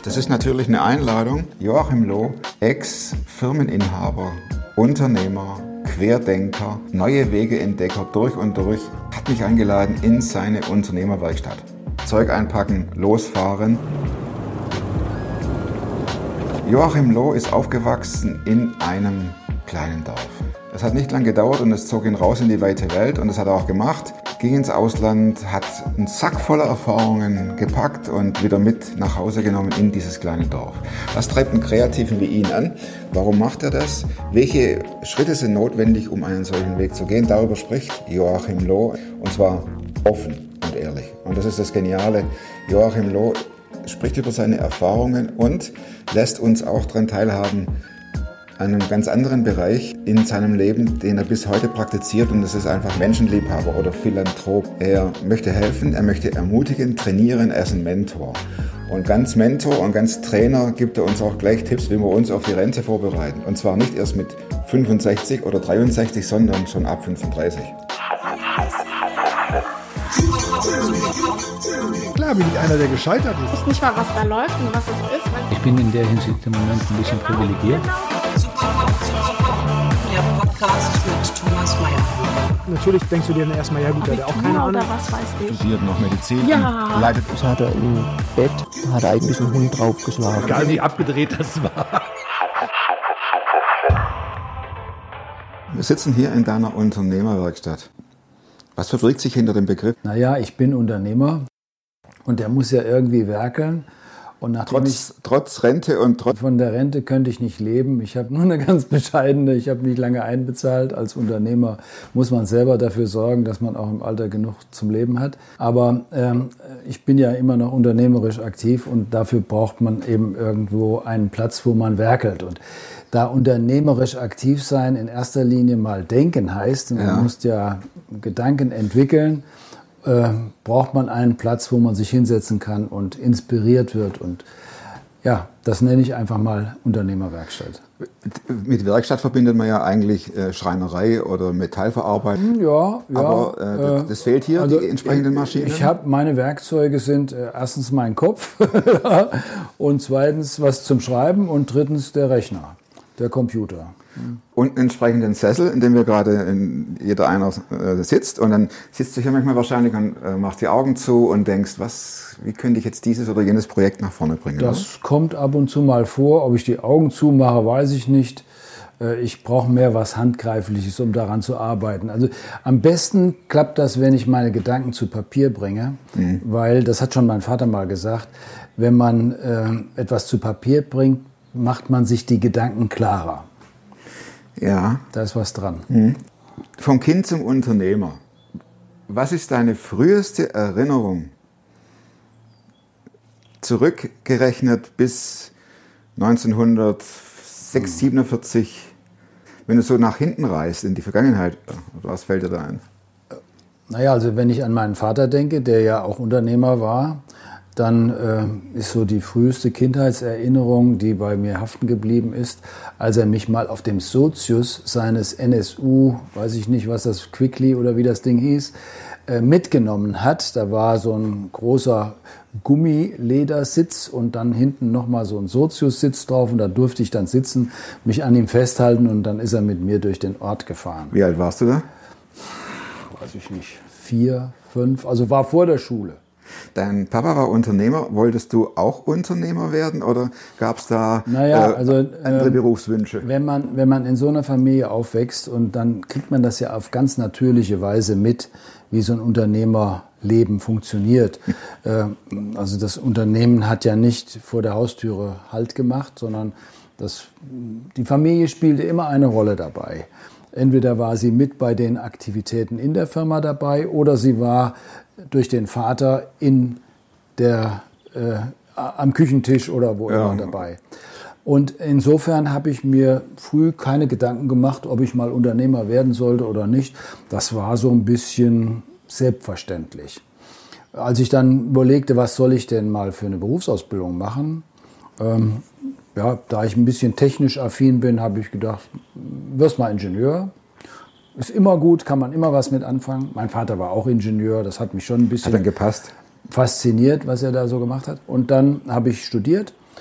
Das ist natürlich eine Einladung. Joachim Loh, Ex-Firmeninhaber, Unternehmer, Querdenker, neue Wegeentdecker durch und durch, hat mich eingeladen in seine Unternehmerwerkstatt. Zeug einpacken, losfahren. Joachim Loh ist aufgewachsen in einem kleinen Dorf. Es hat nicht lange gedauert und es zog ihn raus in die weite Welt und das hat er auch gemacht. Ging ins Ausland, hat einen Sack voller Erfahrungen gepackt und wieder mit nach Hause genommen in dieses kleine Dorf. Was treibt einen Kreativen wie ihn an? Warum macht er das? Welche Schritte sind notwendig, um einen solchen Weg zu gehen? Darüber spricht Joachim Loh und zwar offen und ehrlich. Und das ist das Geniale. Joachim Loh spricht über seine Erfahrungen und lässt uns auch daran teilhaben, an einem ganz anderen Bereich in seinem Leben, den er bis heute praktiziert, und das ist einfach Menschenliebhaber oder Philanthrop. Er möchte helfen, er möchte ermutigen, trainieren, er ist ein Mentor. Und ganz Mentor und ganz Trainer gibt er uns auch gleich Tipps, wie wir uns auf die Rente vorbereiten. Und zwar nicht erst mit 65 oder 63, sondern schon ab 35. Klar bin ich einer, der gescheitert ist. Ich weiß nicht mal, was da läuft und was es ist. Ich bin in der Hinsicht im Moment ein bisschen privilegiert. Der Podcast mit Thomas Mayer. Natürlich denkst du dir dann erstmal, ja gut, der hat auch keine Ahnung. Oder was weiß ich. Studiert noch Medizin, Ja. leitet. Das hat er im Bett, hat er eigentlich einen Hund draufgeschlagen. Egal wie abgedreht das war. Wir sitzen hier in deiner Unternehmerwerkstatt. Was verbirgt sich hinter dem Begriff? Naja, ich bin Unternehmer und der muss ja irgendwie werkeln. Und nachdem Trotz Rente und trotz... von der Rente könnte ich nicht leben. Ich habe nur eine ganz bescheidene, ich habe nicht lange einbezahlt. Als Unternehmer muss man selber dafür sorgen, dass man auch im Alter genug zum Leben hat. Aber ich bin ja immer noch unternehmerisch aktiv und dafür braucht man eben irgendwo einen Platz, wo man werkelt. Und da unternehmerisch aktiv sein in erster Linie mal denken heißt, man muss ja Gedanken entwickeln, braucht man einen Platz, wo man sich hinsetzen kann und inspiriert wird. Und ja, das nenne ich einfach mal Unternehmerwerkstatt. Mit Werkstatt verbindet man ja eigentlich Schreinerei oder Metallverarbeitung. Ja, aber das fehlt hier, also die entsprechenden Maschinen. Meine Werkzeuge sind erstens mein Kopf und zweitens was zum Schreiben und drittens der Rechner, der Computer. Und einen entsprechenden Sessel, in dem wir gerade jeder einer sitzt. Und dann sitzt du hier manchmal wahrscheinlich und machst die Augen zu und denkst, wie könnte ich jetzt dieses oder jenes Projekt nach vorne bringen? Das kommt ab und zu mal vor. Ob ich die Augen zumache, weiß ich nicht. Ich brauche mehr was Handgreifliches, um daran zu arbeiten. Also am besten klappt das, wenn ich meine Gedanken zu Papier bringe. Weil, das hat schon mein Vater mal gesagt, wenn man etwas zu Papier bringt, macht man sich die Gedanken klarer. Ja. Da ist was dran. Vom Kind zum Unternehmer. Was ist deine früheste Erinnerung, zurückgerechnet bis 1947, wenn du so nach hinten reist, in die Vergangenheit? Was fällt dir da ein? Naja, also wenn ich an meinen Vater denke, der ja auch Unternehmer war, dann ist so die früheste Kindheitserinnerung, die bei mir haften geblieben ist, als er mich mal auf dem Sozius seines NSU, weiß ich nicht, was das, Quickly oder wie das Ding hieß, mitgenommen hat. Da war so ein großer Gummiledersitz und dann hinten nochmal so ein Sozius-Sitz drauf und da durfte ich dann sitzen, mich an ihm festhalten und dann ist er mit mir durch den Ort gefahren. Wie alt warst du da? Weiß ich nicht, 4, 5, also war vor der Schule. Dein Papa war Unternehmer. Wolltest du auch Unternehmer werden oder gab es da andere Berufswünsche? Wenn man in so einer Familie aufwächst und dann kriegt man das ja auf ganz natürliche Weise mit, wie so ein Unternehmerleben funktioniert. Also das Unternehmen hat ja nicht vor der Haustüre Halt gemacht, sondern die Familie spielte immer eine Rolle dabei. Entweder war sie mit bei den Aktivitäten in der Firma dabei oder sie war durch den Vater am Küchentisch oder wo immer dabei. Und insofern habe ich mir früh keine Gedanken gemacht, ob ich mal Unternehmer werden sollte oder nicht. Das war so ein bisschen selbstverständlich. Als ich dann überlegte, was soll ich denn mal für eine Berufsausbildung machen, da ich ein bisschen technisch affin bin, habe ich gedacht, wirst mal Ingenieur. Ist immer gut, kann man immer was mit anfangen. Mein Vater war auch Ingenieur, das hat mich schon ein bisschen hat dann gepasst. Fasziniert, was er da so gemacht hat. Und dann habe ich studiert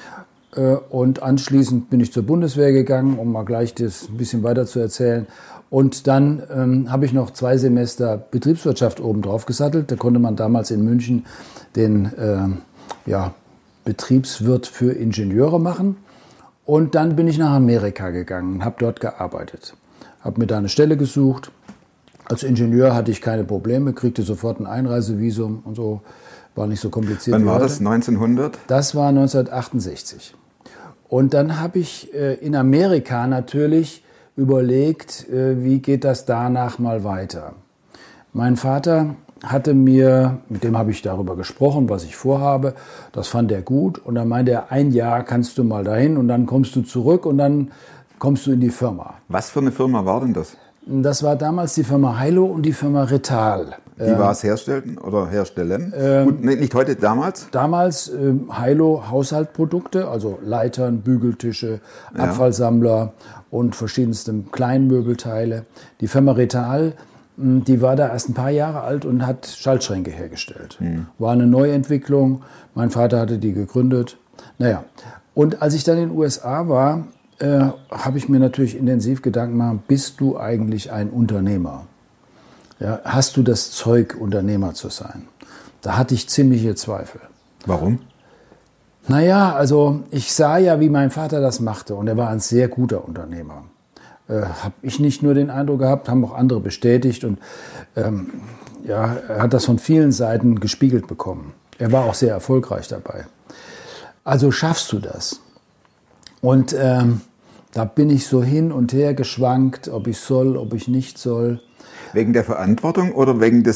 Und anschließend bin ich zur Bundeswehr gegangen, um mal gleich das ein bisschen weiter zu erzählen. Und dann habe ich noch 2 Semester Betriebswirtschaft oben drauf gesattelt. Da konnte man damals in München den Betriebswirt für Ingenieure machen. Und dann bin ich nach Amerika gegangen und habe dort gearbeitet. Habe mir da eine Stelle gesucht. Als Ingenieur hatte ich keine Probleme, kriegte sofort ein Einreisevisum und so. War nicht so kompliziert. Wann war das? 1900? Das war 1968. Und dann habe ich in Amerika natürlich überlegt, wie geht das danach mal weiter. Mein Vater hatte mir, mit dem habe ich darüber gesprochen, was ich vorhabe. Das fand er gut. Und dann meinte er, 1 Jahr kannst du mal dahin und dann kommst du zurück und dann kommst du in die Firma. Was für eine Firma war denn das? Das war damals die Firma Heilo und die Firma Rital. Die war es herstellen oder herstellen? Gut, nicht heute, damals? Damals Heilo Haushaltsprodukte, also Leitern, Bügeltische, Abfallsammler und verschiedenste Kleinmöbelteile. Die Firma Rital, die war da erst ein paar Jahre alt und hat Schaltschränke hergestellt. War eine Neuentwicklung. Mein Vater hatte die gegründet. Naja, und als ich dann in den USA war, habe ich mir natürlich intensiv Gedanken gemacht, bist du eigentlich ein Unternehmer? Ja, hast du das Zeug, Unternehmer zu sein? Da hatte ich ziemliche Zweifel. Warum? Naja, also ich sah ja, wie mein Vater das machte und er war ein sehr guter Unternehmer. Habe ich nicht nur den Eindruck gehabt, haben auch andere bestätigt und er hat das von vielen Seiten gespiegelt bekommen. Er war auch sehr erfolgreich dabei. Also schaffst du das? Und da bin ich so hin und her geschwankt, ob ich soll, ob ich nicht soll. Wegen der Verantwortung oder wegen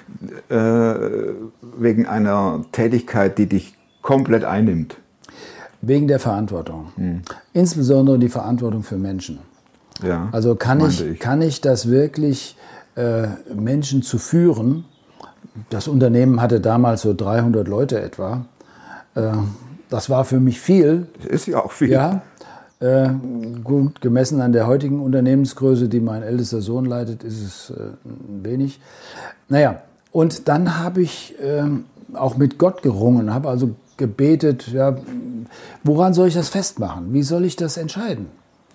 einer Tätigkeit, die dich komplett einnimmt? Wegen der Verantwortung. Insbesondere die Verantwortung für Menschen. Ja, also kann ich das wirklich, Menschen zu führen? Das Unternehmen hatte damals so 300 Leute etwa. Das war für mich viel. Das ist ja auch viel. Ja, gut, gemessen an der heutigen Unternehmensgröße, die mein ältester Sohn leitet, ist es wenig. Naja, und dann habe ich auch mit Gott gerungen, habe also gebetet, ja, woran soll ich das festmachen? Wie soll ich das entscheiden?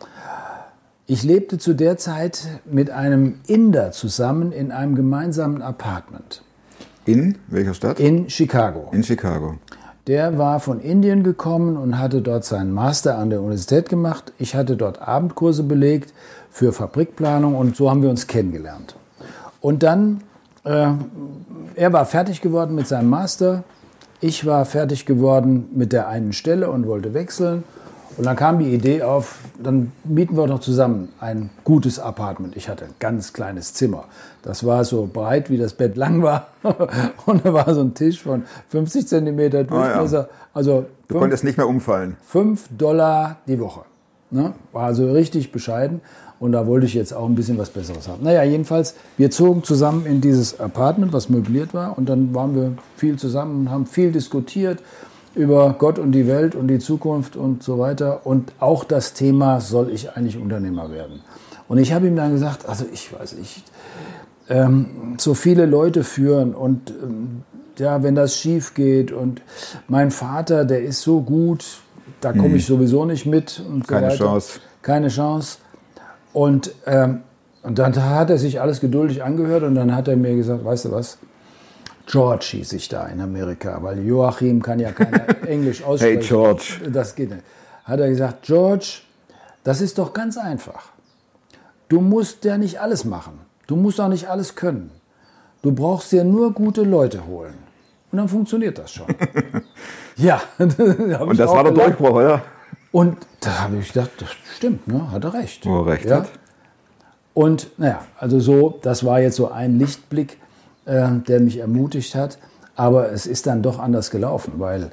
Ich lebte zu der Zeit mit einem Inder zusammen in einem gemeinsamen Apartment. In welcher Stadt? In Chicago. In Chicago. Der war von Indien gekommen und hatte dort seinen Master an der Universität gemacht. Ich hatte dort Abendkurse belegt für Fabrikplanung und so haben wir uns kennengelernt. Und dann, er war fertig geworden mit seinem Master, ich war fertig geworden mit der einen Stelle und wollte wechseln. Und dann kam die Idee auf, dann mieten wir doch zusammen ein gutes Apartment. Ich hatte ein ganz kleines Zimmer. Das war so breit, wie das Bett lang war. Und da war so ein Tisch von 50 Zentimeter Durchmesser. Ja. Also du konntest nicht mehr umfallen. $5 die Woche. Ne? War also richtig bescheiden. Und da wollte ich jetzt auch ein bisschen was Besseres haben. Naja, jedenfalls, wir zogen zusammen in dieses Apartment, was möbliert war. Und dann waren wir viel zusammen und haben viel diskutiert über Gott und die Welt und die Zukunft und so weiter. Und auch das Thema, soll ich eigentlich Unternehmer werden? Und ich habe ihm dann gesagt, also ich weiß nicht, so viele Leute führen und ja, wenn das schief geht und mein Vater, der ist so gut, da komme ich sowieso nicht mit. Und so Keine weiter. Chance. Keine Chance. Und dann hat er sich alles geduldig angehört und dann hat er mir gesagt, weißt du was? George hieß ich da in Amerika, weil Joachim kann ja kein Englisch aussprechen. Hey George. Das geht nicht. Hat er gesagt, George, das ist doch ganz einfach. Du musst ja nicht alles machen. Du musst auch nicht alles können. Du brauchst dir nur gute Leute holen. Und dann funktioniert das schon. Ja. Und das war der Durchbruch, oder? Und da habe ich gedacht, das stimmt, ne? Hat er recht. Wo er recht ja. hat. Und naja, also so, das war jetzt so ein Lichtblick, der mich ermutigt hat. Aber es ist dann doch anders gelaufen, weil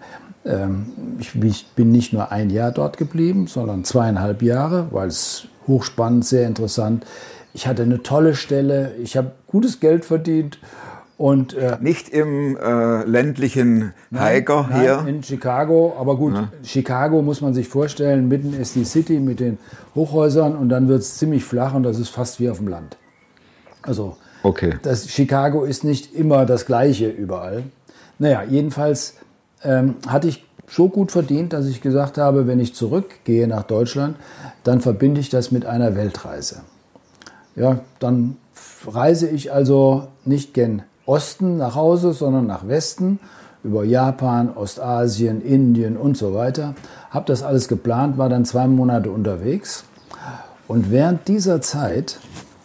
ich bin nicht nur 1 Jahr dort geblieben, sondern 2,5 Jahre, weil es hochspannend, sehr interessant. Ich hatte eine tolle Stelle, ich habe gutes Geld verdient. Und, nicht im ländlichen Hiker hier? Nein, in Chicago. Aber gut, ja. Chicago muss man sich vorstellen, mitten ist die City mit den Hochhäusern und dann wird es ziemlich flach und das ist fast wie auf dem Land. Also okay. Chicago ist nicht immer das Gleiche überall. Naja, jedenfalls hatte ich so gut verdient, dass ich gesagt habe, wenn ich zurückgehe nach Deutschland, dann verbinde ich das mit einer Weltreise. Ja, dann reise ich also nicht gen Osten nach Hause, sondern nach Westen, über Japan, Ostasien, Indien und so weiter. Habe das alles geplant, war dann 2 Monate unterwegs. Und während dieser Zeit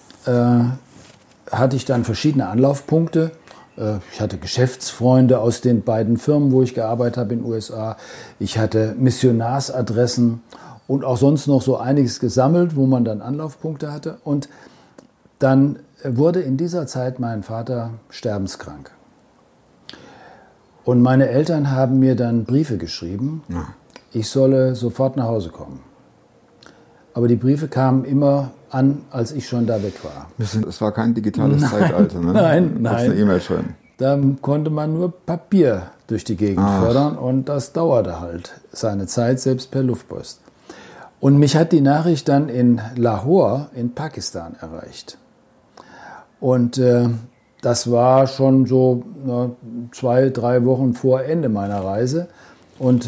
hatte ich dann verschiedene Anlaufpunkte. Ich hatte Geschäftsfreunde aus den beiden Firmen, wo ich gearbeitet habe in den USA. Ich hatte Missionarsadressen und auch sonst noch so einiges gesammelt, wo man dann Anlaufpunkte hatte. Und dann wurde in dieser Zeit mein Vater sterbenskrank. Und meine Eltern haben mir dann Briefe geschrieben, ich solle sofort nach Hause kommen. Aber die Briefe kamen immer an, als ich schon da weg war. Es war kein digitales Zeitalter, ne? Nein. Eine E-Mail schreiben. Da konnte man nur Papier durch die Gegend fördern und das dauerte halt seine Zeit, selbst per Luftpost. Und mich hat die Nachricht dann in Lahore in Pakistan erreicht. Und das war schon so 2-3 Wochen vor Ende meiner Reise. Und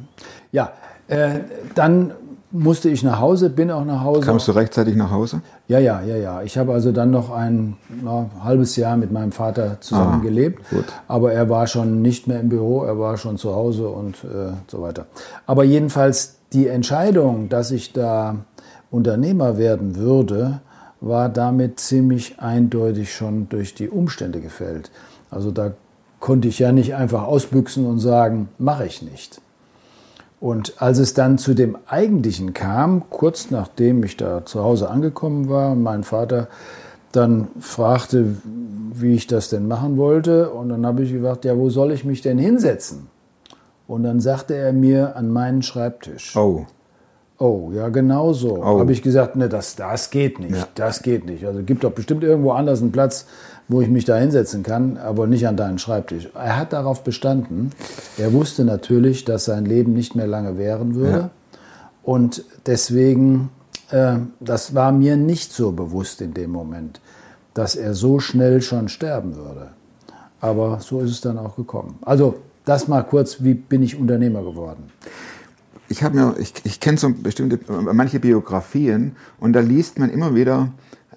dann musste ich nach Hause, bin auch nach Hause. Kamst du rechtzeitig nach Hause? Ja. Ich habe also dann noch ein halbes Jahr mit meinem Vater zusammen gelebt. Gut. Aber er war schon nicht mehr im Büro, er war schon zu Hause und so weiter. Aber jedenfalls die Entscheidung, dass ich da Unternehmer werden würde, war damit ziemlich eindeutig schon durch die Umstände gefällt. Also da konnte ich ja nicht einfach ausbüchsen und sagen, mache ich nicht. Und als es dann zu dem Eigentlichen kam, kurz nachdem ich da zu Hause angekommen war und mein Vater dann fragte, wie ich das denn machen wollte, und dann habe ich gesagt, ja, wo soll ich mich denn hinsetzen? Und dann sagte er mir, an meinen Schreibtisch. Oh, ja, genau so. Habe ich gesagt, ne, das geht nicht, das geht nicht. Also gibt doch bestimmt irgendwo anders einen Platz, wo ich mich da hinsetzen kann, aber nicht an deinen Schreibtisch. Er hat darauf bestanden. Er wusste natürlich, dass sein Leben nicht mehr lange währen würde. Ja. Und deswegen, das war mir nicht so bewusst in dem Moment, dass er so schnell schon sterben würde. Aber so ist es dann auch gekommen. Also das mal kurz, wie bin ich Unternehmer geworden? Ich kenne so bestimmte, manche Biografien und da liest man immer wieder,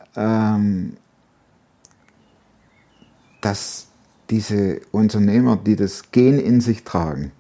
dass diese Unternehmer, die das Gen in sich tragen,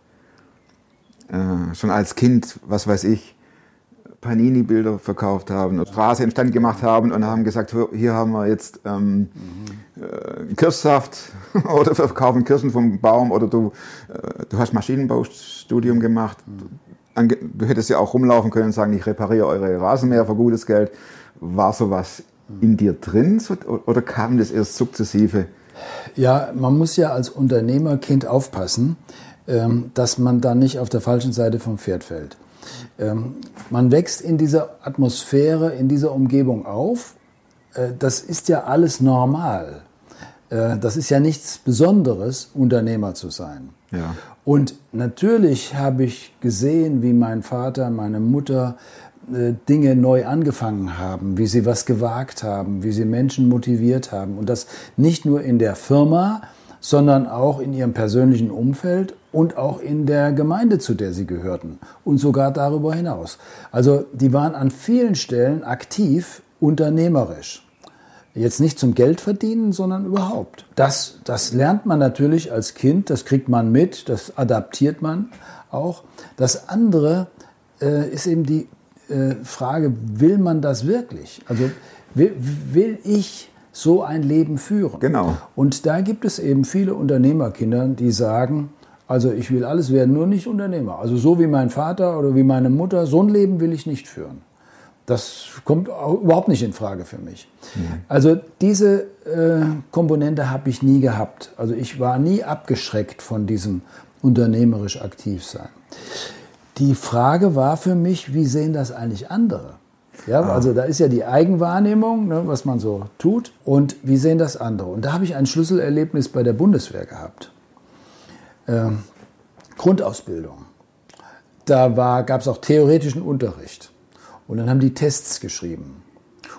schon als Kind, was weiß ich, Panini-Bilder verkauft haben, eine Straße instand gemacht haben und haben gesagt, hier haben wir jetzt Kirschsaft oder wir verkaufen Kirschen vom Baum oder du hast Maschinenbaustudium gemacht. Du hättest ja auch rumlaufen können und sagen, ich repariere eure Rasenmäher für gutes Geld. War sowas in dir drin oder kam das erst sukzessive? Ja, man muss ja als Unternehmerkind aufpassen, dass man da nicht auf der falschen Seite vom Pferd fällt. Man wächst in dieser Atmosphäre, in dieser Umgebung auf. Das ist ja alles normal. Das ist ja nichts Besonderes, Unternehmer zu sein. Ja. Und natürlich habe ich gesehen, wie mein Vater, meine Mutter Dinge neu angefangen haben, wie sie was gewagt haben, wie sie Menschen motiviert haben. Und das nicht nur in der Firma, sondern auch in ihrem persönlichen Umfeld und auch in der Gemeinde, zu der sie gehörten und sogar darüber hinaus. Also die waren an vielen Stellen aktiv unternehmerisch. Jetzt nicht zum Geld verdienen, sondern überhaupt. Das lernt man natürlich als Kind, das kriegt man mit, das adaptiert man auch. Das andere ist eben die Frage, will man das wirklich? Also will ich so ein Leben führen? Genau. Und da gibt es eben viele Unternehmerkinder, die sagen, also ich will alles werden, nur nicht Unternehmer. Also so wie mein Vater oder wie meine Mutter, so ein Leben will ich nicht führen. Das kommt überhaupt nicht in Frage für mich. Ja. Also diese Komponente habe ich nie gehabt. Also ich war nie abgeschreckt von diesem unternehmerisch aktiv sein. Die Frage war für mich, wie sehen das eigentlich andere? Ja, also da ist ja die Eigenwahrnehmung, ne, was man so tut, und wie sehen das andere? Und da habe ich ein Schlüsselerlebnis bei der Bundeswehr gehabt. Grundausbildung. Da gab es auch theoretischen Unterricht. Und dann haben die Tests geschrieben.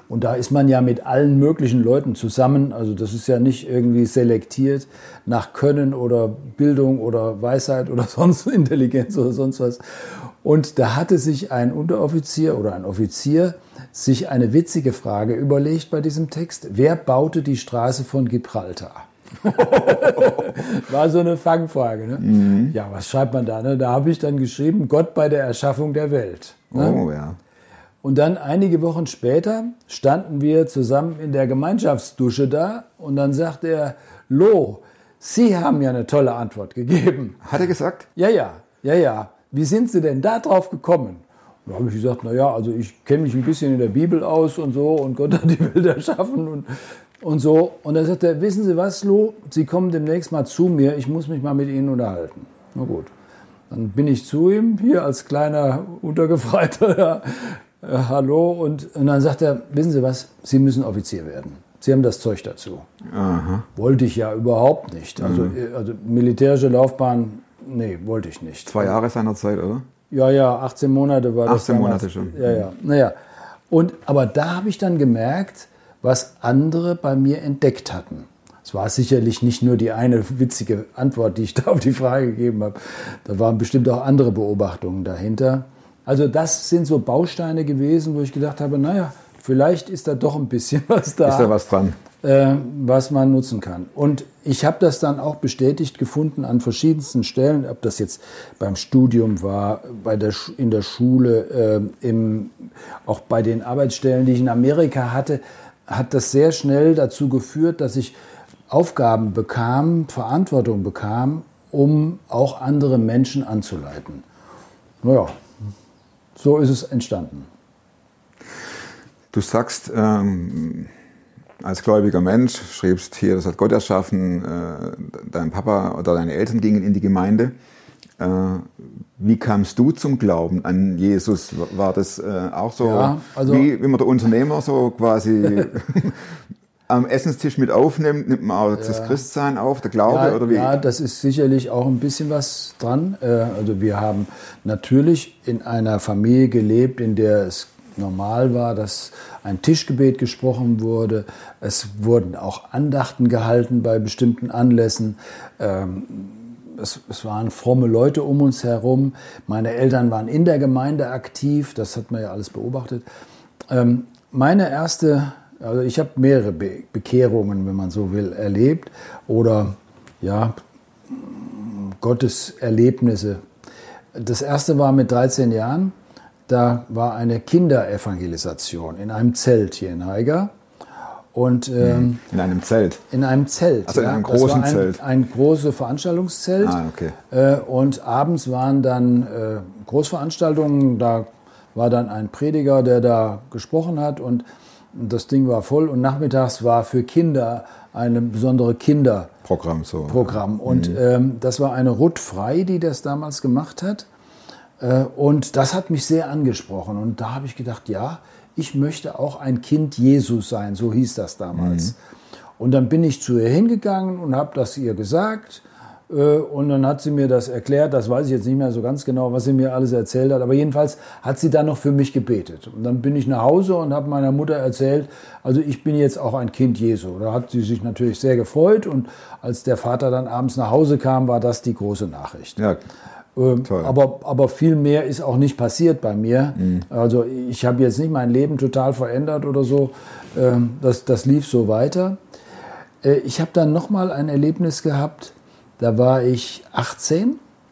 Und da ist man ja mit allen möglichen Leuten zusammen. Also das ist ja nicht irgendwie selektiert nach Können oder Bildung oder Weisheit oder sonst Intelligenz oder sonst was. Und da hatte sich ein Unteroffizier oder ein Offizier sich eine witzige Frage überlegt bei diesem Text. Wer baute die Straße von Gibraltar? War so eine Fangfrage. Ne? Mhm. Ja, was schreibt man da? Ne? Da habe ich dann geschrieben, Gott bei der Erschaffung der Welt. Ne? Oh ja. Und dann einige Wochen später standen wir zusammen in der Gemeinschaftsdusche da und dann sagt er, Lo, Sie haben ja eine tolle Antwort gegeben. Hat er gesagt? Ja. Wie sind Sie denn da drauf gekommen? Da habe ich gesagt, naja, also ich kenne mich ein bisschen in der Bibel aus und so und Gott hat die Welt erschaffen und so. Und dann sagt er, wissen Sie was, Lo, Sie kommen demnächst mal zu mir, ich muss mich mal mit Ihnen unterhalten. Na gut, dann bin ich zu ihm, hier als kleiner Untergefreiter, hallo, und dann sagt er, wissen Sie was, Sie müssen Offizier werden. Sie haben das Zeug dazu. Aha. Wollte ich ja überhaupt nicht. Also militärische Laufbahn, nee, wollte ich nicht. 2 Jahre seiner Zeit, oder? Ja, 18 Monate war das. 18 Monate schon. Ja. Naja. Aber da habe ich dann gemerkt, was andere bei mir entdeckt hatten. Es war sicherlich nicht nur die eine witzige Antwort, die ich da auf die Frage gegeben habe. Da waren bestimmt auch andere Beobachtungen dahinter. Also das sind so Bausteine gewesen, wo ich gedacht habe, naja, vielleicht ist da doch ein bisschen was da. Ist da was dran? Was man nutzen kann. Und ich habe das dann auch bestätigt gefunden an verschiedensten Stellen, ob das jetzt beim Studium war, in der Schule, auch bei den Arbeitsstellen, die ich in Amerika hatte, hat das sehr schnell dazu geführt, dass ich Aufgaben bekam, Verantwortung bekam, um auch andere Menschen anzuleiten. Naja, so ist es entstanden. Du sagst, als gläubiger Mensch, schriebst hier, das hat Gott erschaffen, dein Papa oder deine Eltern gingen in die Gemeinde. Wie kamst du zum Glauben an Jesus? War das auch so, ja, also, wie man der Unternehmer so quasi am Essenstisch mit aufnimmt, nimmt man auch das Christsein auf, der Glaube oder wie? Ja, das ist sicherlich auch ein bisschen was dran. Also wir haben natürlich in einer Familie gelebt, in der es normal war, dass ein Tischgebet gesprochen wurde. Es wurden auch Andachten gehalten bei bestimmten Anlässen. Es waren fromme Leute um uns herum. Meine Eltern waren in der Gemeinde aktiv. Das hat man ja alles beobachtet. Also ich habe mehrere Bekehrungen, wenn man so will, erlebt. Oder ja, Gottes Erlebnisse. Das erste war mit 13 Jahren. Da war eine Kinderevangelisation in einem Zelt hier in Haiger. Und, in einem Zelt? In einem Zelt. Also in einem großen Zelt? Ein großes Veranstaltungszelt. Okay. Und abends waren dann Großveranstaltungen. Da war dann ein Prediger, der da gesprochen hat. Und das Ding war voll. Und nachmittags war für Kinder eine besondere Kinderprogramm. Und das war eine Ruth Frey, die das damals gemacht hat. Und das hat mich sehr angesprochen. Und da habe ich gedacht, ja, ich möchte auch ein Kind Jesus sein. So hieß das damals. Und dann bin ich zu ihr hingegangen und habe das ihr gesagt. Und dann hat sie mir das erklärt. Das weiß ich jetzt nicht mehr so ganz genau, was sie mir alles erzählt hat. Aber jedenfalls hat sie dann noch für mich gebetet. Und dann bin ich nach Hause und habe meiner Mutter erzählt, also ich bin jetzt auch ein Kind Jesu. Da hat sie sich natürlich sehr gefreut. Und als der Vater dann abends nach Hause kam, war das die große Nachricht. Ja. Toll. Aber viel mehr ist auch nicht passiert bei mir. Also ich habe jetzt nicht mein Leben total verändert oder so. Das lief so weiter. Ich habe dann nochmal ein Erlebnis gehabt. Da war ich 18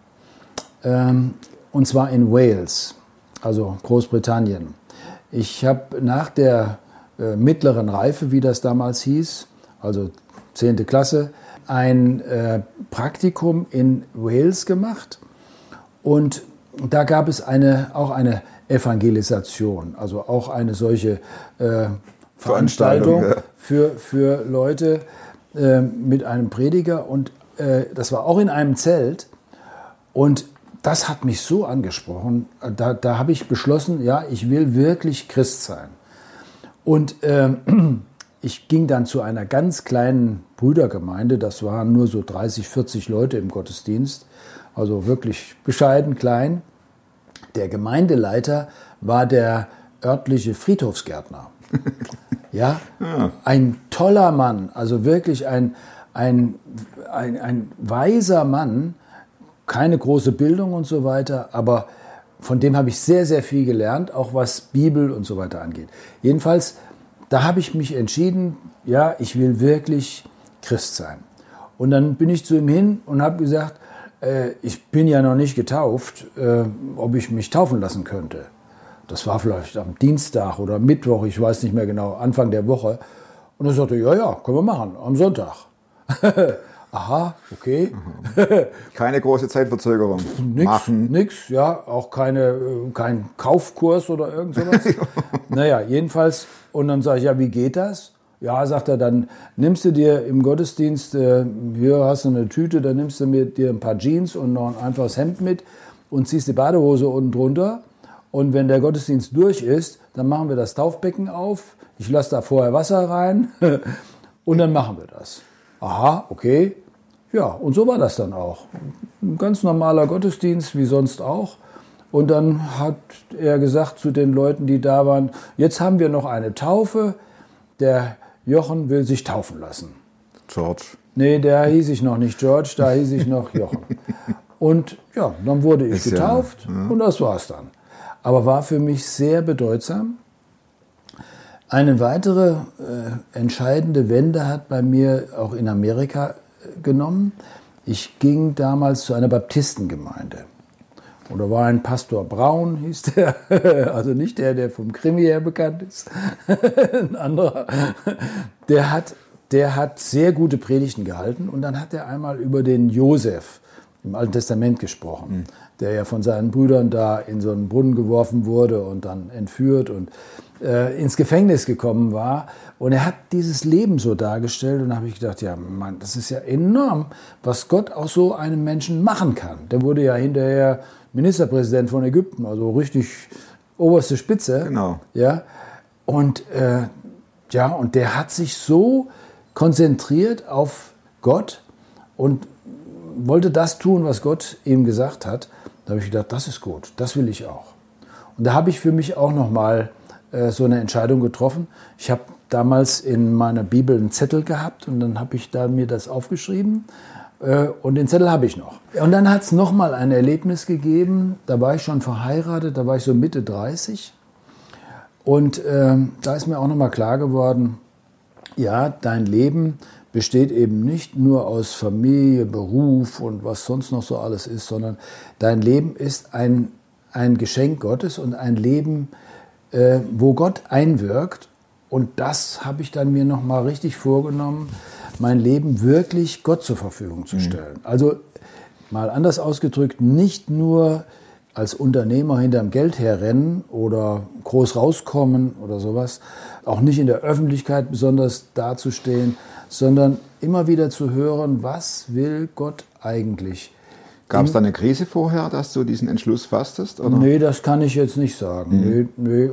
und zwar in Wales, also Großbritannien. Ich habe nach der mittleren Reife, wie das damals hieß, also 10. Klasse, ein Praktikum in Wales gemacht. Und da gab es auch eine Evangelisation, also auch eine solche Veranstaltung für Leute mit einem Prediger. Und das war auch in einem Zelt. Und das hat mich so angesprochen. Da habe ich beschlossen, ja, ich will wirklich Christ sein. Und ich ging dann zu einer ganz kleinen Brüdergemeinde. Das waren nur so 30, 40 Leute im Gottesdienst. Also wirklich bescheiden, klein. Der Gemeindeleiter war der örtliche Friedhofsgärtner. Ja, ein toller Mann, also wirklich ein weiser Mann, keine große Bildung und so weiter, aber von dem habe ich sehr, sehr viel gelernt, auch was Bibel und so weiter angeht. Jedenfalls, da habe ich mich entschieden, ja, ich will wirklich Christ sein. Und dann bin ich zu ihm hin und habe gesagt, ich bin ja noch nicht getauft, ob ich mich taufen lassen könnte. Das war vielleicht am Dienstag oder Mittwoch, ich weiß nicht mehr genau, Anfang der Woche. Und er sagte, ja, können wir machen, am Sonntag. Aha, okay. Keine große Zeitverzögerung. Nix, ja, auch kein Kaufkurs oder irgend sowas. Naja, jedenfalls, und dann sage ich, ja, wie geht das? Ja, sagt er, dann nimmst du dir im Gottesdienst, hier hast du eine Tüte, dann nimmst du dir ein paar Jeans und noch ein einfaches Hemd mit und ziehst die Badehose unten drunter. Und wenn der Gottesdienst durch ist, dann machen wir das Taufbecken auf. Ich lasse da vorher Wasser rein und dann machen wir das. Aha, okay. Ja, und so war das dann auch. Ein ganz normaler Gottesdienst, wie sonst auch. Und dann hat er gesagt zu den Leuten, die da waren, jetzt haben wir noch eine Taufe. Der Jochen will sich taufen lassen. George. Nee, der hieß ich noch nicht George, da hieß ich noch Jochen. Und ja, dann wurde ich getauft und das war's dann. Aber war für mich sehr bedeutsam. Eine weitere entscheidende Wende hat bei mir auch in Amerika genommen. Ich ging damals zu einer Baptistengemeinde. Und da war ein Pastor Braun, hieß der, also nicht der vom Krimi her bekannt ist, ein anderer. Der hat sehr gute Predigten gehalten und dann hat er einmal über den Josef im Alten Testament gesprochen, der ja von seinen Brüdern da in so einen Brunnen geworfen wurde und dann entführt und ins Gefängnis gekommen war. Und er hat dieses Leben so dargestellt und da habe ich gedacht, ja Mann, das ist ja enorm, was Gott aus so einem Menschen machen kann. Der wurde ja hinterher Ministerpräsident von Ägypten, also richtig oberste Spitze. Genau. Ja, und und der hat sich so konzentriert auf Gott und wollte das tun, was Gott ihm gesagt hat. Da habe ich gedacht, das ist gut, das will ich auch. Und da habe ich für mich auch nochmal so eine Entscheidung getroffen. Ich habe damals in meiner Bibel einen Zettel gehabt und dann habe ich da mir das aufgeschrieben und den Zettel habe ich noch. Und dann hat es nochmal ein Erlebnis gegeben, da war ich schon verheiratet, da war ich so Mitte 30 und da ist mir auch nochmal klar geworden, ja, dein Leben besteht eben nicht nur aus Familie, Beruf und was sonst noch so alles ist, sondern dein Leben ist ein Geschenk Gottes und ein Leben, wo Gott einwirkt. Und das habe ich dann mir nochmal richtig vorgenommen, mein Leben wirklich Gott zur Verfügung zu stellen. Also mal anders ausgedrückt, nicht nur als Unternehmer hinterm Geld herrennen oder groß rauskommen oder sowas, auch nicht in der Öffentlichkeit besonders dazustehen, sondern immer wieder zu hören, was will Gott eigentlich? Gab es da eine Krise vorher, dass du diesen Entschluss fasstest? Oder? Nee, das kann ich jetzt nicht sagen. Nee.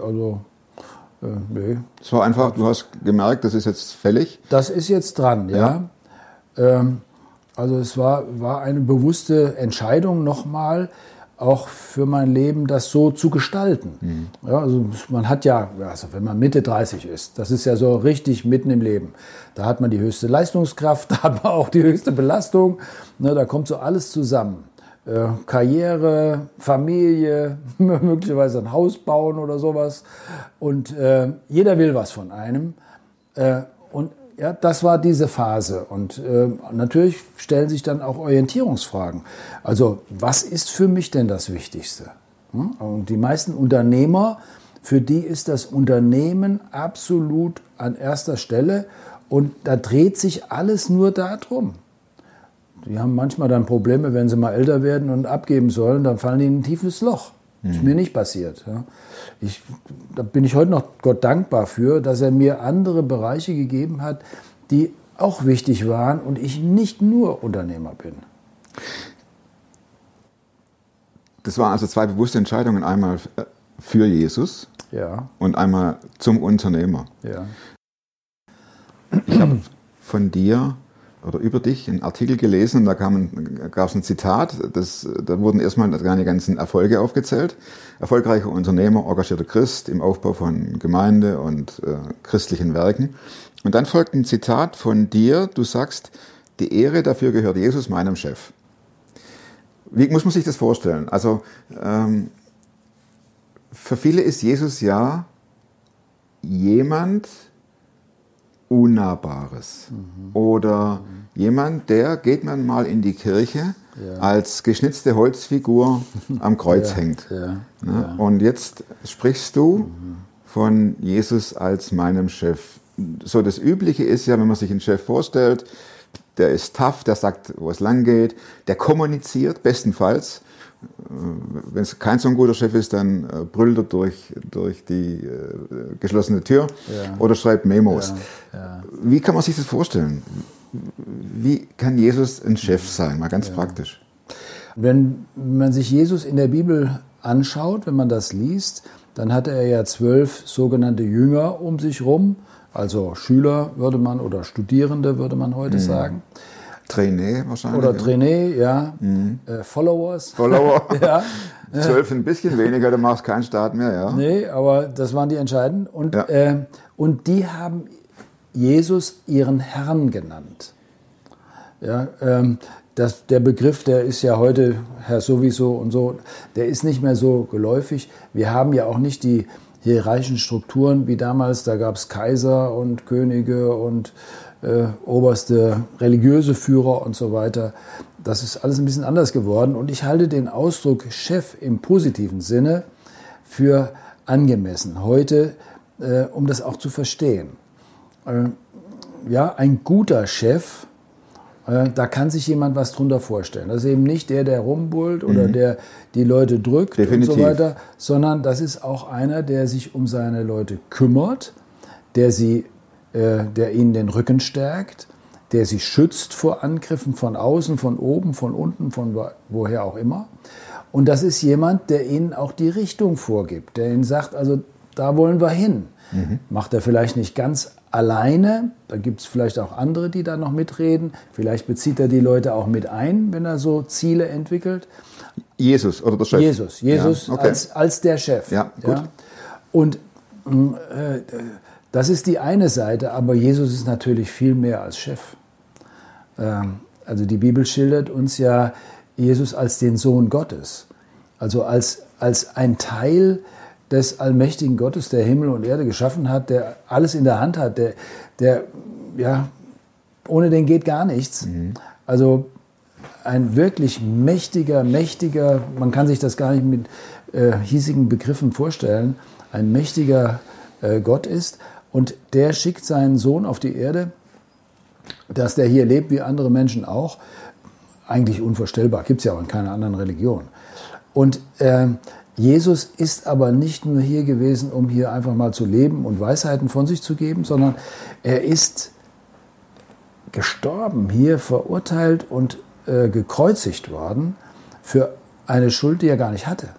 Es war einfach, du hast gemerkt, das ist jetzt fällig? Das ist jetzt dran, ja. Also es war eine bewusste Entscheidung nochmal, auch für mein Leben das so zu gestalten. Ja, also man hat also wenn man Mitte 30 ist, das ist ja so richtig mitten im Leben, da hat man die höchste Leistungskraft, da hat man auch die höchste Belastung, ne, da kommt so alles zusammen. Karriere, Familie, möglicherweise ein Haus bauen oder sowas und jeder will was von einem und ja, das war diese Phase und natürlich stellen sich dann auch Orientierungsfragen. Also was ist für mich denn das Wichtigste? Und die meisten Unternehmer, für die ist das Unternehmen absolut an erster Stelle und da dreht sich alles nur darum. Die haben manchmal dann Probleme, wenn sie mal älter werden und abgeben sollen, dann fallen die in ein tiefes Loch. Ist mir nicht passiert. Ja. Da bin ich heute noch Gott dankbar für, dass er mir andere Bereiche gegeben hat, die auch wichtig waren und ich nicht nur Unternehmer bin. Das waren also zwei bewusste Entscheidungen, einmal für Jesus und einmal zum Unternehmer. Ja. Ich habe von dir oder über dich einen Artikel gelesen und da gab es ein Zitat, da wurden erstmal deine ganzen Erfolge aufgezählt. Erfolgreicher Unternehmer, engagierter Christ im Aufbau von Gemeinde und christlichen Werken. Und dann folgt ein Zitat von dir, du sagst, die Ehre dafür gehört Jesus, meinem Chef. Wie muss man sich das vorstellen? Also für viele ist Jesus ja jemand Unnahbares oder jemand, der, geht man mal in die Kirche, als geschnitzte Holzfigur am Kreuz hängt. Ja? Und jetzt sprichst du von Jesus als meinem Chef. So das Übliche ist ja, wenn man sich einen Chef vorstellt, der ist tough, der sagt, wo es lang geht, der kommuniziert, bestenfalls. Wenn es kein so ein guter Chef ist, dann brüllt er durch die geschlossene Tür oder schreibt Memos. Wie kann man sich das vorstellen? Wie kann Jesus ein Chef sein? Mal ganz praktisch. Wenn man sich Jesus in der Bibel anschaut, wenn man das liest, dann hatte er ja 12 sogenannte Jünger um sich rum. Also Schüler würde man oder Studierende würde man heute sagen. Trainee wahrscheinlich. Oder Trainee, ja. Followers. Follower. Ja. 12 ein bisschen weniger, du machst keinen Staat mehr, ja. Nee, aber das waren die entscheidenden. Und die haben Jesus ihren Herrn genannt. Ja, der Begriff, der ist ja heute Herr sowieso und so, der ist nicht mehr so geläufig. Wir haben ja auch nicht die hierarchischen Strukturen wie damals. Da gab es Kaiser und Könige und oberste religiöse Führer und so weiter. Das ist alles ein bisschen anders geworden. Und ich halte den Ausdruck Chef im positiven Sinne für angemessen heute, um das auch zu verstehen. Ja, ein guter Chef, da kann sich jemand was drunter vorstellen. Das ist eben nicht der rumbullt oder der die Leute drückt Definitiv. Und so weiter, sondern das ist auch einer, der sich um seine Leute kümmert, der ihnen den Rücken stärkt, der sie schützt vor Angriffen von außen, von oben, von unten, von woher auch immer. Und das ist jemand, der ihnen auch die Richtung vorgibt, der ihnen sagt, also da wollen wir hin. Macht er vielleicht nicht ganz alleine, da gibt es vielleicht auch andere, die da noch mitreden. Vielleicht bezieht er die Leute auch mit ein, wenn er so Ziele entwickelt. Jesus oder der Chef? Jesus ja, okay. als der Chef. Ja, gut. Ja. Und das ist die eine Seite, aber Jesus ist natürlich viel mehr als Chef. Also die Bibel schildert uns ja Jesus als den Sohn Gottes, also als ein Teil des allmächtigen Gottes, der Himmel und Erde geschaffen hat, der alles in der Hand hat, der ohne den geht gar nichts. Also ein wirklich mächtiger, man kann sich das gar nicht mit hiesigen Begriffen vorstellen, ein mächtiger Gott ist und der schickt seinen Sohn auf die Erde, dass der hier lebt wie andere Menschen auch, eigentlich unvorstellbar, gibt es ja auch in keiner anderen Religion. Und Jesus ist aber nicht nur hier gewesen, um hier einfach mal zu leben und Weisheiten von sich zu geben, sondern er ist gestorben, hier verurteilt und gekreuzigt worden für eine Schuld, die er gar nicht hatte.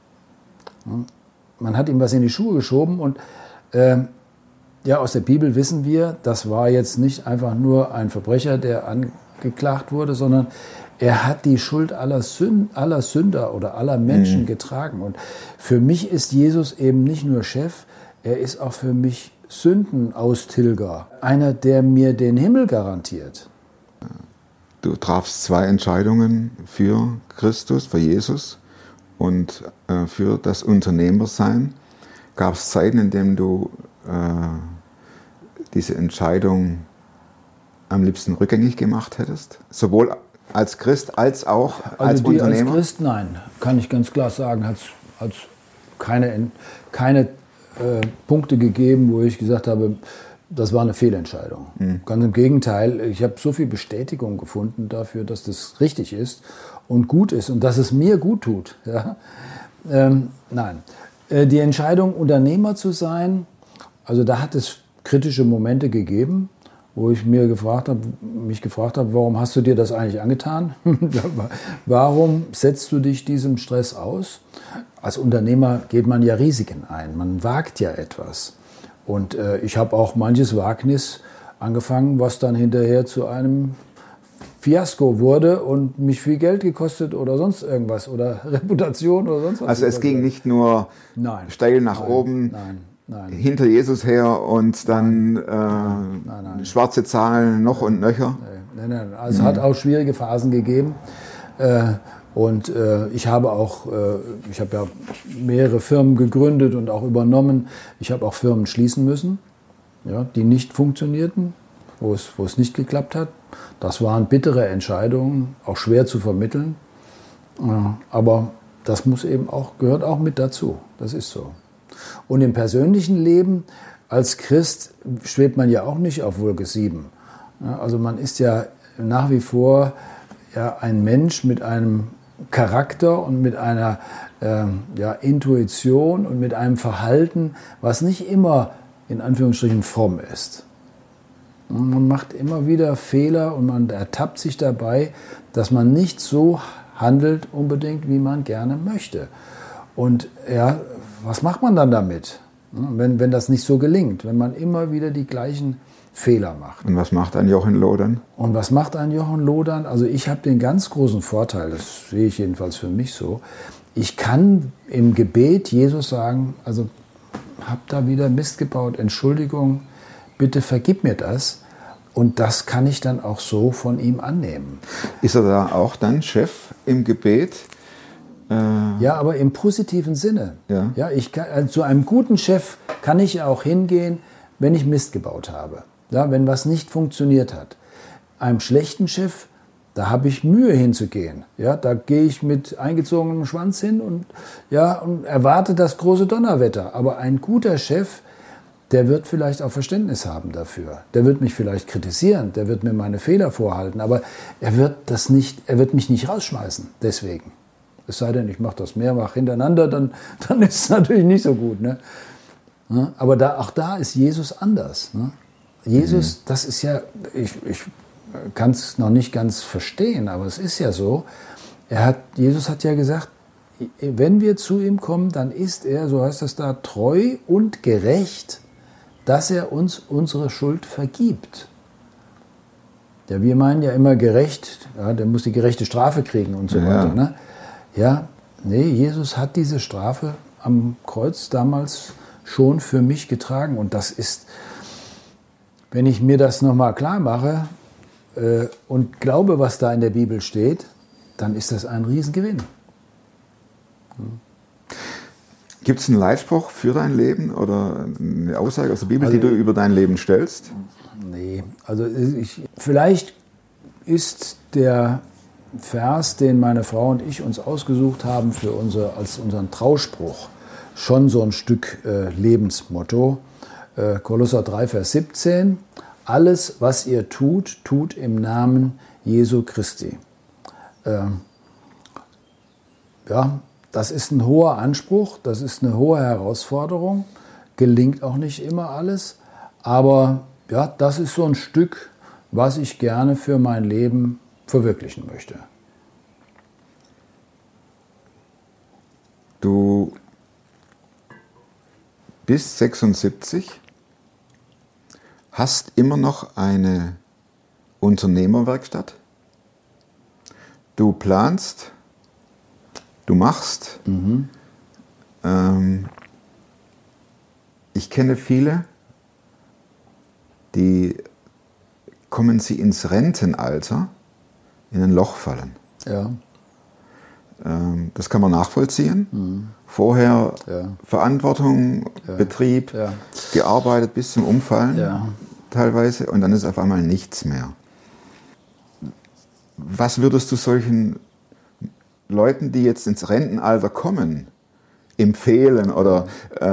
Man hat ihm was in die Schuhe geschoben und aus der Bibel wissen wir, das war jetzt nicht einfach nur ein Verbrecher, der angeklagt wurde, sondern er hat die Schuld aller Sünder oder aller Menschen getragen. Und für mich ist Jesus eben nicht nur Chef, er ist auch für mich Sündenaustilger. Einer, der mir den Himmel garantiert. Du trafst 2 Entscheidungen für Christus, für Jesus und für das Unternehmersein. Gab es Zeiten, in denen du diese Entscheidung am liebsten rückgängig gemacht hättest? Sowohl als Christ als auch als Unternehmer? Als Christ, nein, kann ich ganz klar sagen, hat es keine Punkte gegeben, wo ich gesagt habe, das war eine Fehlentscheidung. Ganz im Gegenteil, ich habe so viel Bestätigung gefunden dafür, dass das richtig ist und gut ist und dass es mir gut tut. Ja? Nein, die Entscheidung, Unternehmer zu sein, also da hat es kritische Momente gegeben, wo ich mich gefragt habe, warum hast du dir das eigentlich angetan? Warum setzt du dich diesem Stress aus? Als Unternehmer geht man ja Risiken ein, man wagt ja etwas. Und ich habe auch manches Wagnis angefangen, was dann hinterher zu einem Fiasko wurde und mich viel Geld gekostet oder sonst irgendwas oder Reputation oder sonst was. Also es ging nicht nur steil nach oben, hinter Jesus her und dann schwarze Zahlen noch und nöcher. Nein. Also es hat auch schwierige Phasen gegeben. Und ich habe ja mehrere Firmen gegründet und auch übernommen. Ich habe auch Firmen schließen müssen, ja, die nicht funktionierten, wo es nicht geklappt hat. Das waren bittere Entscheidungen, auch schwer zu vermitteln. Aber das gehört auch mit dazu. Das ist so. Und im persönlichen Leben als Christ schwebt man ja auch nicht auf Wolke 7. Ja, also man ist ja nach wie vor ein Mensch mit einem Charakter und mit einer Intuition und mit einem Verhalten, was nicht immer in Anführungsstrichen fromm ist. Man macht immer wieder Fehler und man ertappt sich dabei, dass man nicht so handelt unbedingt, wie man gerne möchte. Und was macht man dann damit, wenn das nicht so gelingt, wenn man immer wieder die gleichen Fehler macht? Und was macht ein Jochen Loh dann? Also ich habe den ganz großen Vorteil, das sehe ich jedenfalls für mich so, ich kann im Gebet Jesus sagen, also hab da wieder Mist gebaut, Entschuldigung, bitte vergib mir das. Und das kann ich dann auch so von ihm annehmen. Ist er da auch dann Chef im Gebet? Ja, aber im positiven Sinne. Ja, zu einem guten Chef kann ich auch hingehen, wenn ich Mist gebaut habe. Ja, wenn was nicht funktioniert hat. Einem schlechten Chef, da habe ich Mühe hinzugehen. Ja, da gehe ich mit eingezogenem Schwanz hin und erwarte das große Donnerwetter. Aber ein guter Chef, der wird vielleicht auch Verständnis haben dafür. Der wird mich vielleicht kritisieren, der wird mir meine Fehler vorhalten, aber er wird mich nicht rausschmeißen deswegen. Es sei denn, ich mache das mehrfach hintereinander, dann ist es natürlich nicht so gut. Ne? Aber auch da ist Jesus anders. Ne? Jesus, das ist ja, ich kann es noch nicht ganz verstehen, aber es ist ja so, Jesus hat ja gesagt, wenn wir zu ihm kommen, dann ist er, so heißt das da, treu und gerecht, dass er uns unsere Schuld vergibt. Ja, wir meinen ja immer gerecht, der muss die gerechte Strafe kriegen und so weiter. Ne? Ja, nee, Jesus hat diese Strafe am Kreuz damals schon für mich getragen. Und das ist, wenn ich mir das nochmal klar mache und glaube, was da in der Bibel steht, dann ist das ein Riesengewinn. Gibt es einen Leitspruch für dein Leben oder eine Aussage aus der Bibel, die du über dein Leben stellst? Nee, also vielleicht ist der Vers, den meine Frau und ich uns ausgesucht haben als unseren Trauspruch, schon so ein Stück Lebensmotto. Kolosser 3, Vers 17. Alles, was ihr tut, tut im Namen Jesu Christi. Das ist ein hoher Anspruch, das ist eine hohe Herausforderung, gelingt auch nicht immer alles, aber das ist so ein Stück, was ich gerne für mein Leben verwirklichen möchte. Du bist 76, hast immer noch eine Unternehmerwerkstatt, du planst, du machst. Ich kenne viele, die kommen sie ins Rentenalter in ein Loch fallen. Ja. Das kann man nachvollziehen. Vorher Verantwortung, Betrieb, gearbeitet bis zum Umfallen teilweise und dann ist auf einmal nichts mehr. Was würdest du solchen Leuten, die jetzt ins Rentenalter kommen, empfehlen oder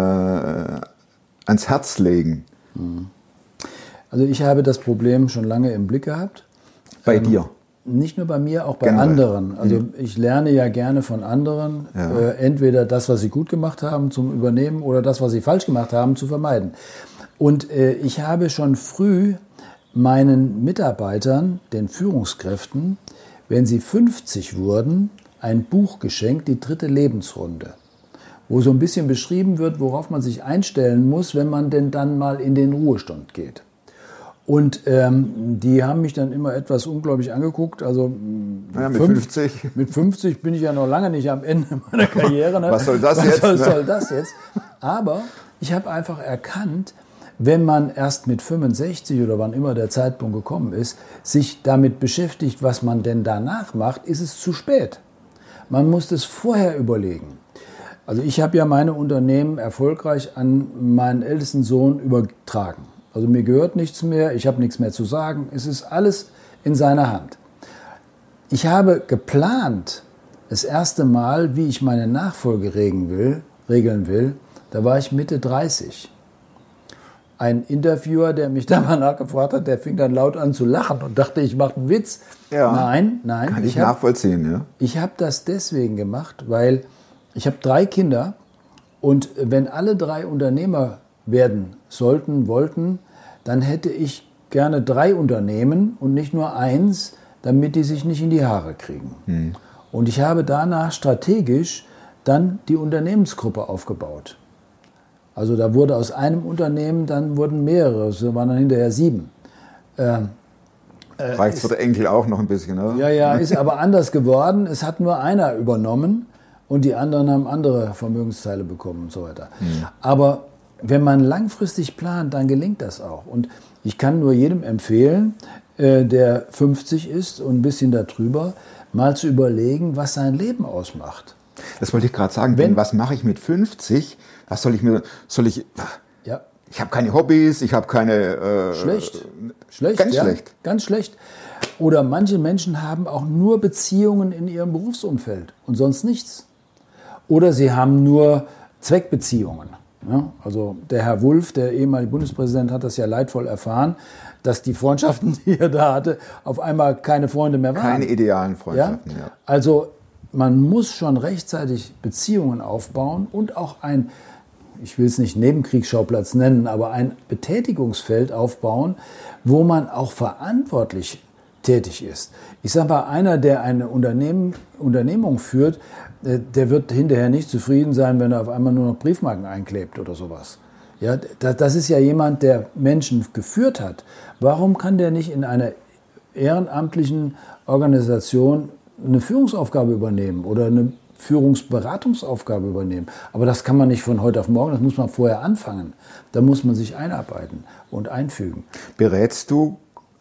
ans Herz legen? Also ich habe das Problem schon lange im Blick gehabt. Bei dir? Nicht nur bei mir, auch bei Generell. Anderen. Also ich lerne ja gerne von anderen, entweder das, was sie gut gemacht haben, zum Übernehmen oder das, was sie falsch gemacht haben, zu vermeiden. Und ich habe schon früh meinen Mitarbeitern, den Führungskräften, wenn sie 50 wurden, ein Buch geschenkt, die 3. Lebensrunde, wo so ein bisschen beschrieben wird, worauf man sich einstellen muss, wenn man denn dann mal in den Ruhestand geht. Und die haben mich dann immer etwas ungläubig angeguckt. Also mit 50. Mit 50 bin ich ja noch lange nicht am Ende meiner Karriere. Ne? Was soll das jetzt? Was soll das jetzt? Aber ich habe einfach erkannt, wenn man erst mit 65 oder wann immer der Zeitpunkt gekommen ist, sich damit beschäftigt, was man denn danach macht, ist es zu spät. Man muss es vorher überlegen. Also ich habe ja meine Unternehmen erfolgreich an meinen ältesten Sohn übertragen. Also mir gehört nichts mehr, ich habe nichts mehr zu sagen, es ist alles in seiner Hand. Ich habe geplant, das erste Mal, wie ich meine Nachfolge regeln will, da war ich Mitte 30. Ein Interviewer, der mich da mal nachgefragt hat, der fing dann laut an zu lachen und dachte, ich mache einen Witz. Ja, nein. Kann ich nachvollziehen, ja. Ich habe das deswegen gemacht, weil ich habe 3 Kinder und wenn alle 3 Unternehmer werden wollten, dann hätte ich gerne 3 Unternehmen und nicht nur eins, damit die sich nicht in die Haare kriegen. Und ich habe danach strategisch dann die Unternehmensgruppe aufgebaut. Also da wurde aus einem Unternehmen, dann wurden mehrere, es waren dann hinterher 7. Reicht für den Enkel auch noch ein bisschen, oder? Ja, ist aber anders geworden. Es hat nur einer übernommen und die anderen haben andere Vermögensteile bekommen und so weiter. Aber wenn man langfristig plant, dann gelingt das auch. Und ich kann nur jedem empfehlen, der 50 ist und ein bisschen darüber, mal zu überlegen, was sein Leben ausmacht. Das wollte ich gerade sagen. Was mache ich mit 50? Was Ja. Ich habe keine Hobbys, ich habe keine... Schlecht. Ganz ja, schlecht. Ganz schlecht. Oder manche Menschen haben auch nur Beziehungen in ihrem Berufsumfeld und sonst nichts. Oder sie haben nur Zweckbeziehungen. Ja, also der Herr Wulff, der ehemalige Bundespräsident, hat das ja leidvoll erfahren, dass die Freundschaften, die er da hatte, auf einmal keine Freunde mehr waren. Keine idealen Freundschaften, ja. Also man muss schon rechtzeitig Beziehungen aufbauen und auch ich will es nicht Nebenkriegsschauplatz nennen, aber ein Betätigungsfeld aufbauen, wo man auch verantwortlich tätig ist. Ich sage mal, einer, der eine Unternehmung führt, der wird hinterher nicht zufrieden sein, wenn er auf einmal nur noch Briefmarken einklebt oder sowas. Ja, das ist ja jemand, der Menschen geführt hat. Warum kann der nicht in einer ehrenamtlichen Organisation eine Führungsaufgabe übernehmen oder eine Führungsberatungsaufgabe übernehmen? Aber das kann man nicht von heute auf morgen, das muss man vorher anfangen. Da muss man sich einarbeiten und einfügen. Berätst du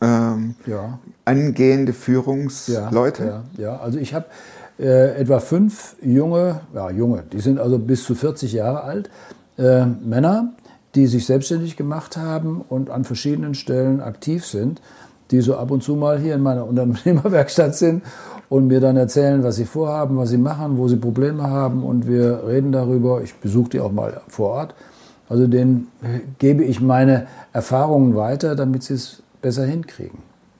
angehende Führungsleute? Ja, also ich habe etwa 5 junge, die sind also bis zu 40 Jahre alt, Männer, die sich selbstständig gemacht haben und an verschiedenen Stellen aktiv sind, die so ab und zu mal hier in meiner Unternehmerwerkstatt sind und mir dann erzählen, was sie vorhaben, was sie machen, wo sie Probleme haben und wir reden darüber. Ich besuche die auch mal vor Ort. Also denen gebe ich meine Erfahrungen weiter, damit sie es besser hinkriegen.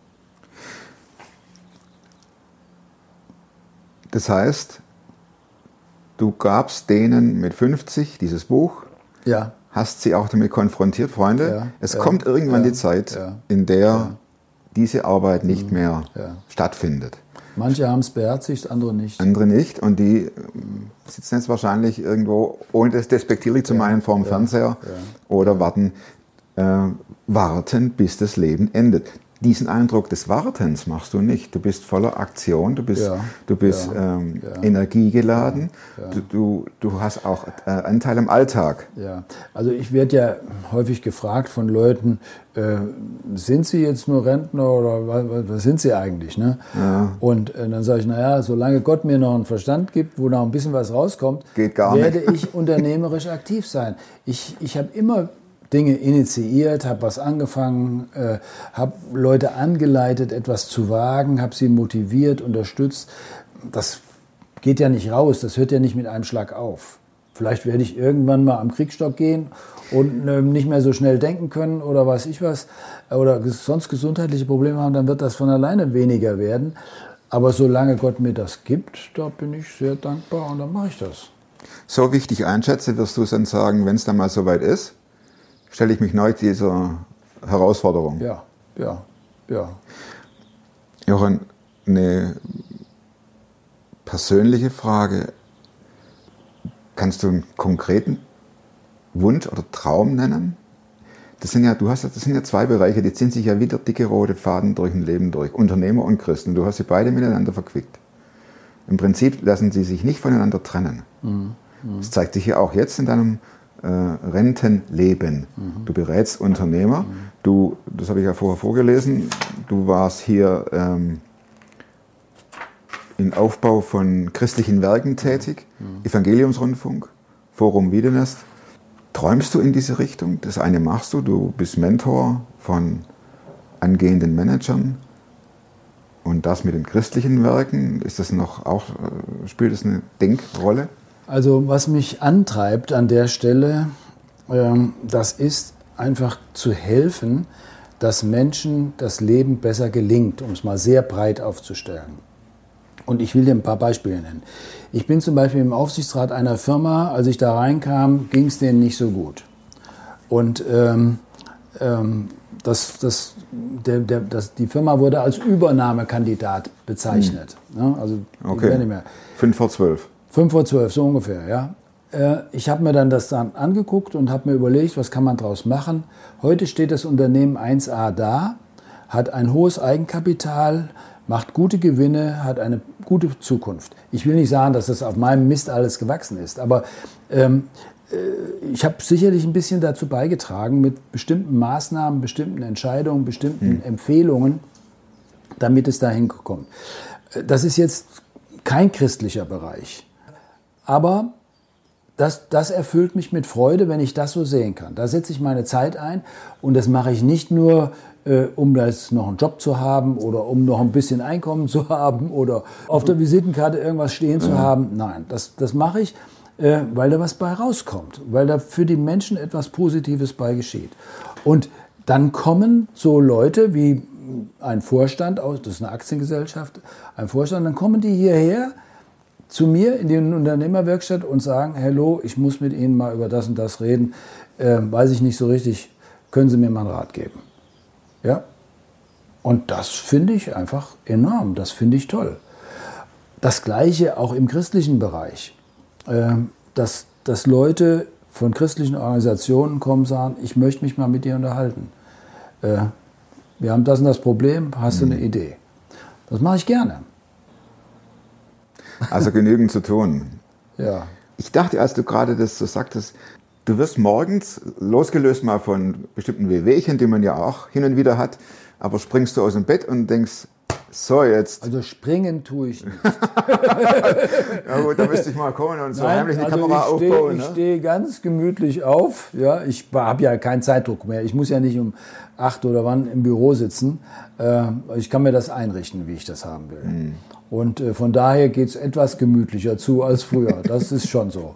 Das heißt, du gabst denen mit 50 dieses Buch, hast sie auch damit konfrontiert, Freunde. Es kommt irgendwann die Zeit, in der diese Arbeit nicht mehr stattfindet. Manche haben es beherzigt, andere nicht. Andere nicht und die sitzen jetzt wahrscheinlich irgendwo, ohne das despektierlich zu meinen, vor dem Fernseher oder warten, bis das Leben endet. Diesen Eindruck des Wartens machst du nicht. Du bist voller Aktion, du bist energiegeladen, du hast auch Anteil am Alltag. Ja, also ich werde ja häufig gefragt von Leuten, sind Sie jetzt nur Rentner oder was sind Sie eigentlich? Ne? Ja. Und dann sage ich, naja, solange Gott mir noch einen Verstand gibt, wo noch ein bisschen was rauskommt, werde ich unternehmerisch aktiv sein. Ich habe immer Dinge initiiert, habe was angefangen, habe Leute angeleitet, etwas zu wagen, habe sie motiviert, unterstützt. Das geht ja nicht raus, das hört ja nicht mit einem Schlag auf. Vielleicht werde ich irgendwann mal am Kriegsstock gehen und nicht mehr so schnell denken können oder weiß ich was, oder sonst gesundheitliche Probleme haben, dann wird das von alleine weniger werden. Aber solange Gott mir das gibt, da bin ich sehr dankbar und dann mache ich das. So wie ich dich einschätze, wirst du dann sagen, wenn es dann mal soweit ist, stelle ich mich neu dieser Herausforderung. Ja. Jochen, eine persönliche Frage. Kannst du einen konkreten Wunsch oder Traum nennen, das sind ja zwei Bereiche, die ziehen sich ja wieder dicke rote Faden durch ein Leben durch. Unternehmer und Christen. Du hast sie beide miteinander verquickt. Im Prinzip lassen sie sich nicht voneinander trennen. Das zeigt sich ja auch jetzt in deinem Rentenleben. Du berätst Unternehmer. Das habe ich ja vorher vorgelesen, du warst hier im Aufbau von christlichen Werken tätig, Evangeliumsrundfunk, Forum Wiedenest. Träumst du in diese Richtung? Das eine machst du bist Mentor von angehenden Managern. Und das mit den christlichen Werken, spielt das eine Denkrolle? Also was mich antreibt an der Stelle, das ist einfach zu helfen, dass Menschen das Leben besser gelingt, um es mal sehr breit aufzustellen. Und ich will dir ein paar Beispiele nennen. Ich bin zum Beispiel im Aufsichtsrat einer Firma, als ich da reinkam, ging es denen nicht so gut. Und die Firma wurde als Übernahmekandidat bezeichnet. Also okay. Nicht mehr. 5 vor 12. 5 vor 12, so ungefähr, ja. Ich habe mir dann das dann angeguckt und habe mir überlegt, was kann man daraus machen. Heute steht das Unternehmen 1A da, hat ein hohes Eigenkapital, macht gute Gewinne, hat eine gute Zukunft. Ich will nicht sagen, dass das auf meinem Mist alles gewachsen ist, aber ich habe sicherlich ein bisschen dazu beigetragen mit bestimmten Maßnahmen, bestimmten Entscheidungen, bestimmten Empfehlungen, damit es dahin kommt. Das ist jetzt kein christlicher Bereich, aber das erfüllt mich mit Freude, wenn ich das so sehen kann. Da setze ich meine Zeit ein und das mache ich nicht nur, um jetzt noch einen Job zu haben oder um noch ein bisschen Einkommen zu haben oder auf der Visitenkarte irgendwas stehen zu haben. Nein, das mache ich, weil da was bei rauskommt, weil da für die Menschen etwas Positives bei geschieht. Und dann kommen so Leute wie ein Vorstand, das ist eine Aktiengesellschaft, ein Vorstand, dann kommen die hierher zu mir in die Unternehmerwerkstatt und sagen, hallo, ich muss mit Ihnen mal über das und das reden, weiß ich nicht so richtig, können Sie mir mal einen Rat geben? Ja? Und das finde ich einfach enorm, das finde ich toll. Das Gleiche auch im christlichen Bereich, dass Leute von christlichen Organisationen kommen und sagen, ich möchte mich mal mit dir unterhalten. Wir haben das und das Problem, hast du eine Idee? Das mache ich gerne. Also genügend zu tun. Ja. Ich dachte, als du gerade das so sagtest, du wirst morgens, losgelöst mal von bestimmten Wehwehchen, die man ja auch hin und wieder hat, aber springst du aus dem Bett und denkst, so jetzt. Also springen tue ich nicht. Ja gut, da müsste ich mal kommen und so heimlich die Kamera aufbauen. Ich stehe ganz gemütlich auf. Ja, ich habe ja keinen Zeitdruck mehr. Ich muss ja nicht um 8 oder wann im Büro sitzen. Ich kann mir das einrichten, wie ich das haben will. Und von daher geht es etwas gemütlicher zu als früher. Das ist schon so.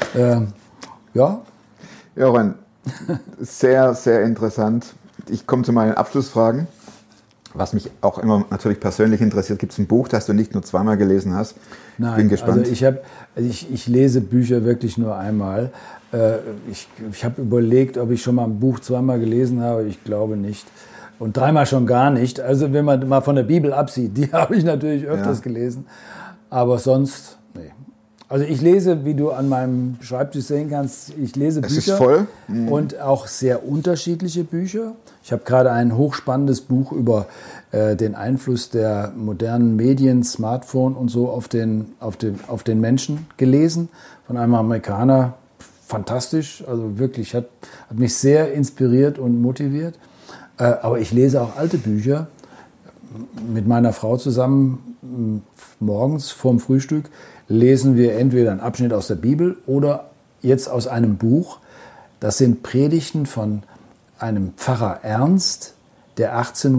Ja. Jochen, sehr, sehr interessant. Ich komme zu meinen Abschlussfragen. Was mich auch immer natürlich persönlich interessiert, gibt es ein Buch, das du nicht nur zweimal gelesen hast? Nein, bin gespannt. Also ich lese Bücher wirklich nur einmal. Ich habe überlegt, ob ich schon mal ein Buch zweimal gelesen habe. Ich glaube nicht. Und dreimal schon gar nicht. Also wenn man mal von der Bibel absieht, die habe ich natürlich öfters gelesen. Aber sonst, nee. Also ich lese, wie du an meinem Schreibtisch sehen kannst, ich lese Bücher. Es ist voll. Und auch sehr unterschiedliche Bücher. Ich habe gerade ein hochspannendes Buch über den Einfluss der modernen Medien, Smartphone und so auf den Menschen gelesen. Von einem Amerikaner. Fantastisch, also wirklich, hat mich sehr inspiriert und motiviert. Aber ich lese auch alte Bücher mit meiner Frau zusammen. Morgens vorm Frühstück lesen wir entweder einen Abschnitt aus der Bibel oder jetzt aus einem Buch. Das sind Predigten von einem Pfarrer Ernst, der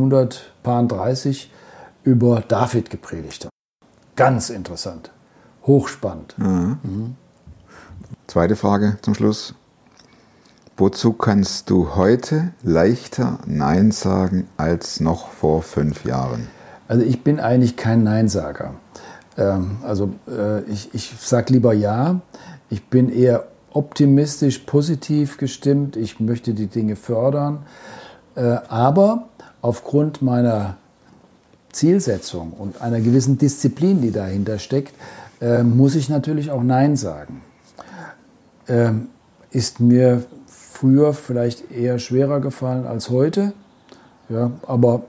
1830 über David gepredigt hat. Ganz interessant, hochspannend. Zweite Frage zum Schluss. Wozu kannst du heute leichter Nein sagen als noch vor 5 Jahren? Also ich bin eigentlich kein Neinsager. Ich sage lieber Ja. Ich bin eher optimistisch, positiv gestimmt. Ich möchte die Dinge fördern. Aber aufgrund meiner Zielsetzung und einer gewissen Disziplin, die dahinter steckt, muss ich natürlich auch Nein sagen. Ist mir früher vielleicht eher schwerer gefallen als heute. Ja, aber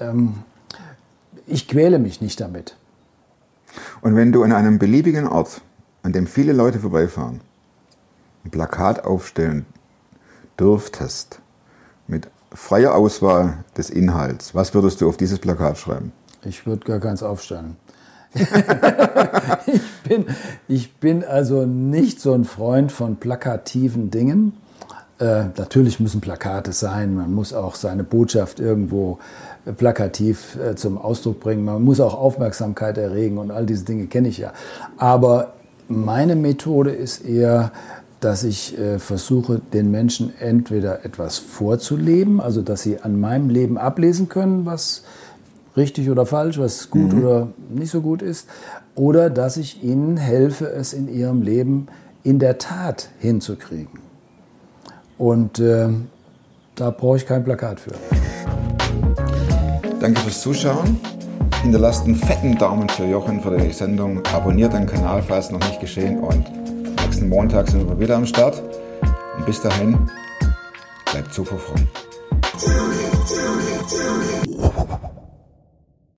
ich quäle mich nicht damit. Und wenn du an einem beliebigen Ort, an dem viele Leute vorbeifahren, ein Plakat aufstellen dürftest, mit freier Auswahl des Inhalts, was würdest du auf dieses Plakat schreiben? Ich würde gar keins aufstellen. Ich bin also nicht so ein Freund von plakativen Dingen. Natürlich müssen Plakate sein, man muss auch seine Botschaft irgendwo plakativ zum Ausdruck bringen, man muss auch Aufmerksamkeit erregen und all diese Dinge kenne ich ja. Aber meine Methode ist eher, dass ich versuche, den Menschen entweder etwas vorzuleben, also dass sie an meinem Leben ablesen können, was richtig oder falsch, was gut oder nicht so gut ist, oder dass ich ihnen helfe, es in ihrem Leben in der Tat hinzukriegen. Und da brauche ich kein Plakat für. Danke fürs Zuschauen. Hinterlasst einen fetten Daumen für Jochen für die Sendung. Abonniert den Kanal, falls noch nicht geschehen. Und nächsten Montag sind wir wieder am Start. Und bis dahin, bleibt super fromm.